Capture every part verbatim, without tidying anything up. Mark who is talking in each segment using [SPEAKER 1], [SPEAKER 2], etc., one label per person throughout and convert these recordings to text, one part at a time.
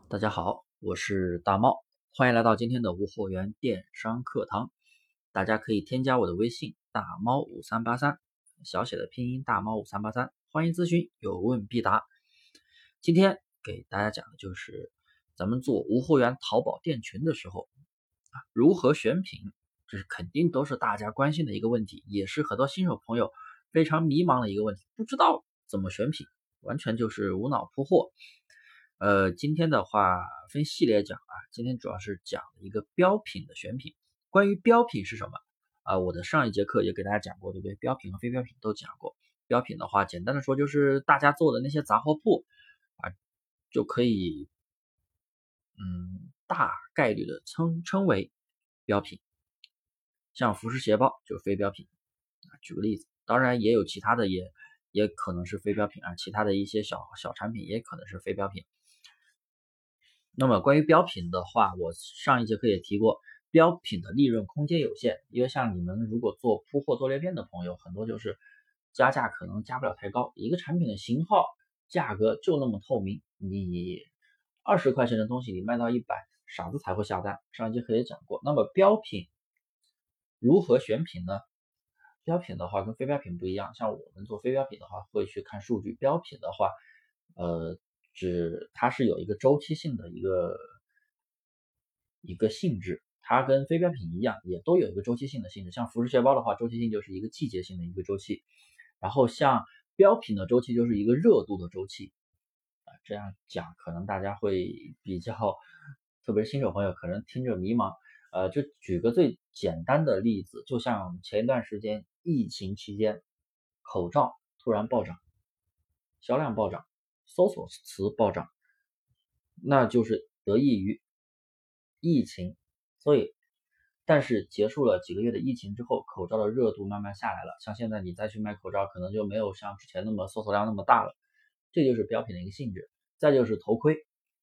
[SPEAKER 1] 大家好，我是大猫，欢迎来到今天的无货源电商课堂。大家可以添加我的微信大猫五三八三，小写的拼音大猫五三八三，欢迎咨询，有问必答。今天给大家讲的就是咱们做无货源淘宝店群的时候啊，如何选品，这是肯定都是大家关心的一个问题，也是很多新手朋友非常迷茫的一个问题，不知道怎么选品，完全就是无脑铺货。呃，今天的话分系列讲啊，今天主要是讲一个标品的选品。关于标品是什么啊？我的上一节课也给大家讲过，对不对？标品和非标品都讲过。标品的话，简单的说就是大家做的那些杂货铺啊，就可以嗯大概率的称称为标品。像服饰鞋包就是非标品啊。举个例子，当然也有其他的也也可能是非标品啊，其他的一些小小产品也可能是非标品。那么关于标品的话，我上一节课也提过，标品的利润空间有限，因为像你们如果做铺货做裂变的朋友，很多就是加价可能加不了太高，一个产品的型号价格就那么透明，你二十块钱的东西你卖到一百，傻子才会下单。上一节课也讲过。那么标品如何选品呢？标品的话跟非标品不一样，像我们做非标品的话会去看数据，标品的话，呃。指它是有一个周期性的一个一个性质，它跟非标品一样，也都有一个周期性的性质。像服饰鞋包的话，周期性就是一个季节性的一个周期，然后像标品的周期就是一个热度的周期啊。这样讲可能大家会比较，特别是新手朋友可能听着迷茫。呃，就举个最简单的例子，就像前一段时间疫情期间，口罩突然暴涨，销量暴涨，搜索词暴涨，那就是得益于疫情。所以但是结束了几个月的疫情之后，口罩的热度慢慢下来了，像现在你再去卖口罩可能就没有像之前那么搜索量那么大了，这就是标品的一个性质。再就是头盔，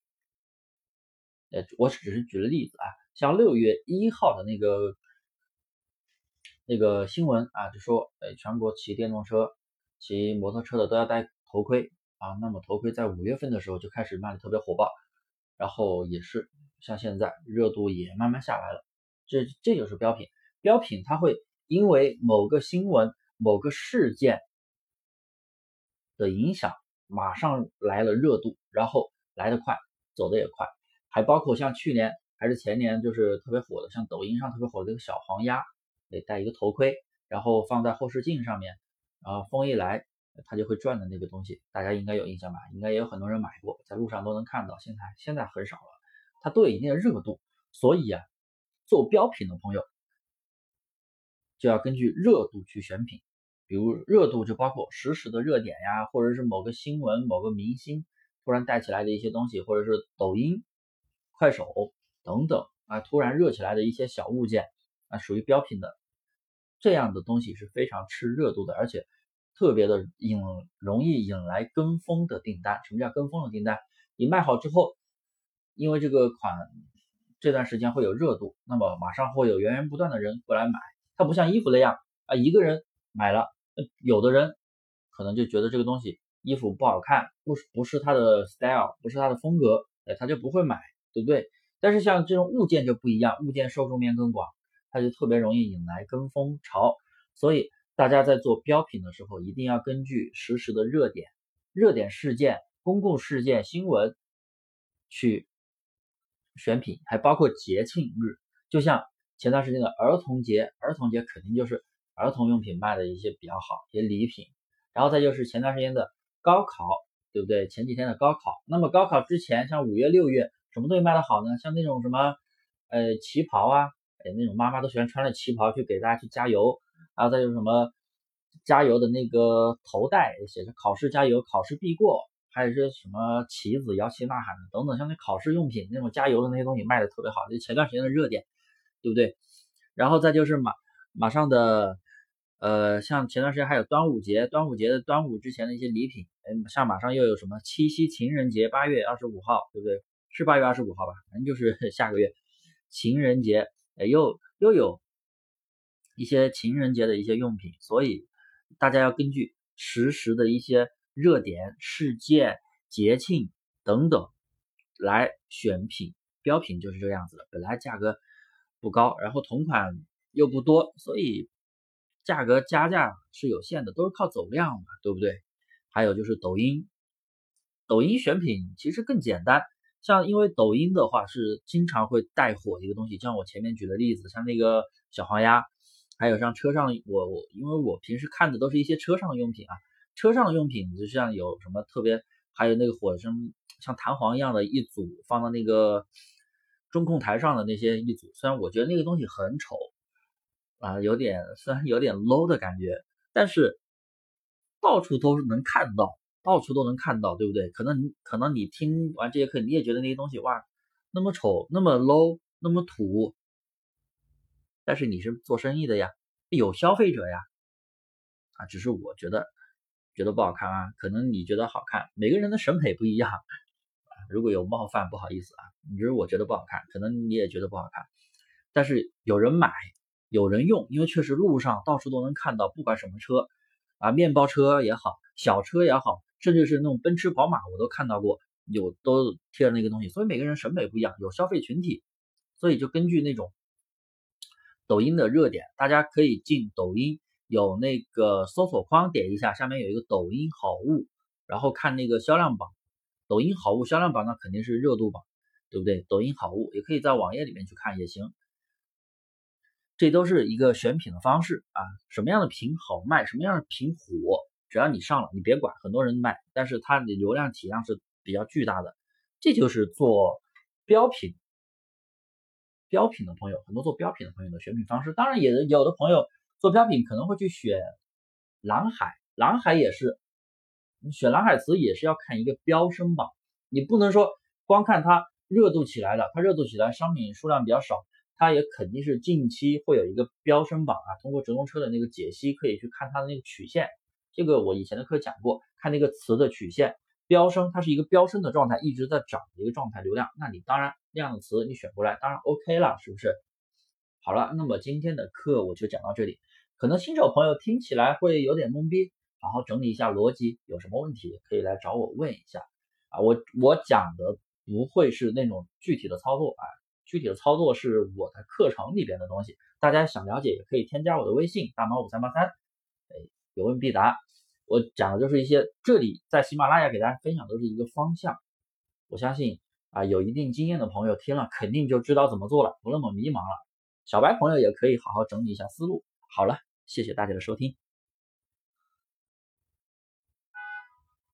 [SPEAKER 1] 呃，我只是举了例子啊，像六月一号的那个那个新闻啊，就说，呃，全国骑电动车、骑摩托车的都要戴头盔啊。那么头盔在五月份的时候就开始卖的特别火爆，然后也是像现在热度也慢慢下来了。这这就是标品，标品它会因为某个新闻、某个事件的影响，马上来了热度，然后来得快，走得也快。还包括像去年还是前年，就是特别火的，像抖音上特别火的这个小黄鸭，得戴一个头盔，然后放在后视镜上面，然后风一来，它就会转的那个东西，大家应该有印象吧？应该也有很多人买过，在路上都能看到。现在现在很少了，它都有一定的热度，所以啊，做标品的朋友就要根据热度去选品。比如热度就包括实时的热点呀，或者是某个新闻、某个明星突然带起来的一些东西，或者是抖音、快手等等啊，突然热起来的一些小物件啊，属于标品的。这样的东西是非常吃热度的，而且特别的引容易引来跟风的订单。什么叫跟风的订单？你卖好之后，因为这个款这段时间会有热度，那么马上会有源源不断的人过来买。它不像衣服那样啊，一个人买了，有的人可能就觉得这个东西衣服不好看，不是不是他的 style， 不是他的风格，哎，他就不会买，对不对？但是像这种物件就不一样，物件受众面更广，它就特别容易引来跟风潮。所以大家在做标品的时候，一定要根据实时的热点、热点事件、公共事件、新闻去选品，还包括节庆日，就像前段时间的儿童节，儿童节肯定就是儿童用品卖的一些比较好，一些礼品。然后再就是前段时间的高考，对不对？前几天的高考，那么高考之前，像五月、六月，什么东西卖的好呢？像那种什么，呃，旗袍啊，哎，那种妈妈都喜欢穿着旗袍去给大家去加油。然后再就是什么加油的那个头带，写着考试加油，考试必过。还有一些什么旗子摇旗呐喊的等等，像那考试用品那种加油的那些东西卖的特别好，就前段时间的热点，对不对？然后再就是马马上的，呃，像前段时间还有端午节，端午节的端午之前的一些礼品，嗯，像马上又有什么七夕情人节，八月二十五号，对不对？是八月二十五号吧？反正就是下个月情人节，哎，又又有一些情人节的一些用品，所以大家要根据实时的一些热点、事件、节庆等等来选品，标品就是这个样子的，本来价格不高，然后同款又不多，所以价格加价是有限的，都是靠走量嘛，对不对？还有就是抖音，抖音选品其实更简单，像因为抖音的话是经常会带火一个东西，像我前面举的例子，像那个小黄鸭，还有像车上我我因为我平时看的都是一些车上的用品啊，车上的用品就像有什么特别，还有那个火生像弹簧一样的一组放到那个中控台上的那些一组，虽然我觉得那个东西很丑啊，有点虽然有点 low 的感觉，但是到处都是能看到。到处都能看到，对不对？可能可能你听完这节课，你也觉得那些东西哇，那么丑，那么 low，那么土，但是你是做生意的呀，有消费者呀，啊，只是我觉得觉得不好看啊，可能你觉得好看，每个人的审美不一样啊，如果有冒犯，不好意思啊，你只是我觉得不好看，可能你也觉得不好看，但是有人买，有人用，因为确实路上到处都能看到，不管什么车啊，面包车也好，小车也好。甚至是那种奔驰、宝马，我都看到过，有都贴了那个东西，所以每个人审美不一样，有消费群体，所以就根据那种抖音的热点，大家可以进抖音，有那个搜索框点一下，下面有一个抖音好物，然后看那个销量榜，抖音好物销量榜那肯定是热度榜，对不对？抖音好物也可以在网页里面去看也行，这都是一个选品的方式啊，什么样的品好卖，什么样的品火。只要你上了，你别管，很多人卖，但是它的流量体量是比较巨大的，这就是做标品，标品的朋友，很多做标品的朋友的选品方式。当然，也有的朋友做标品可能会去选蓝海，蓝海也是，你选蓝海词也是要看一个飙升榜，你不能说光看它热度起来了，它热度起来，商品数量比较少，它也肯定是近期会有一个飙升榜啊。通过直通车的那个解析，可以去看它的那个曲线。这个我以前的课讲过，看那个词的曲线飙升，它是一个飙升的状态，一直在涨的一个状态流量，那你当然那样的词你选过来，当然 OK 了，是不是？好了，那么今天的课我就讲到这里，可能新手朋友听起来会有点懵逼，好好整理一下逻辑，有什么问题可以来找我问一下啊，我我讲的不会是那种具体的操作啊，具体的操作是我的课程里边的东西，大家想了解也可以添加我的微信大毛五三八三。有问必答，我讲的就是一些这里在喜马拉雅给大家分享都是一个方向，我相信啊有一定经验的朋友听了肯定就知道怎么做了，不那么迷茫了。小白朋友也可以好好整理一下思路。好了，谢谢大家的收听。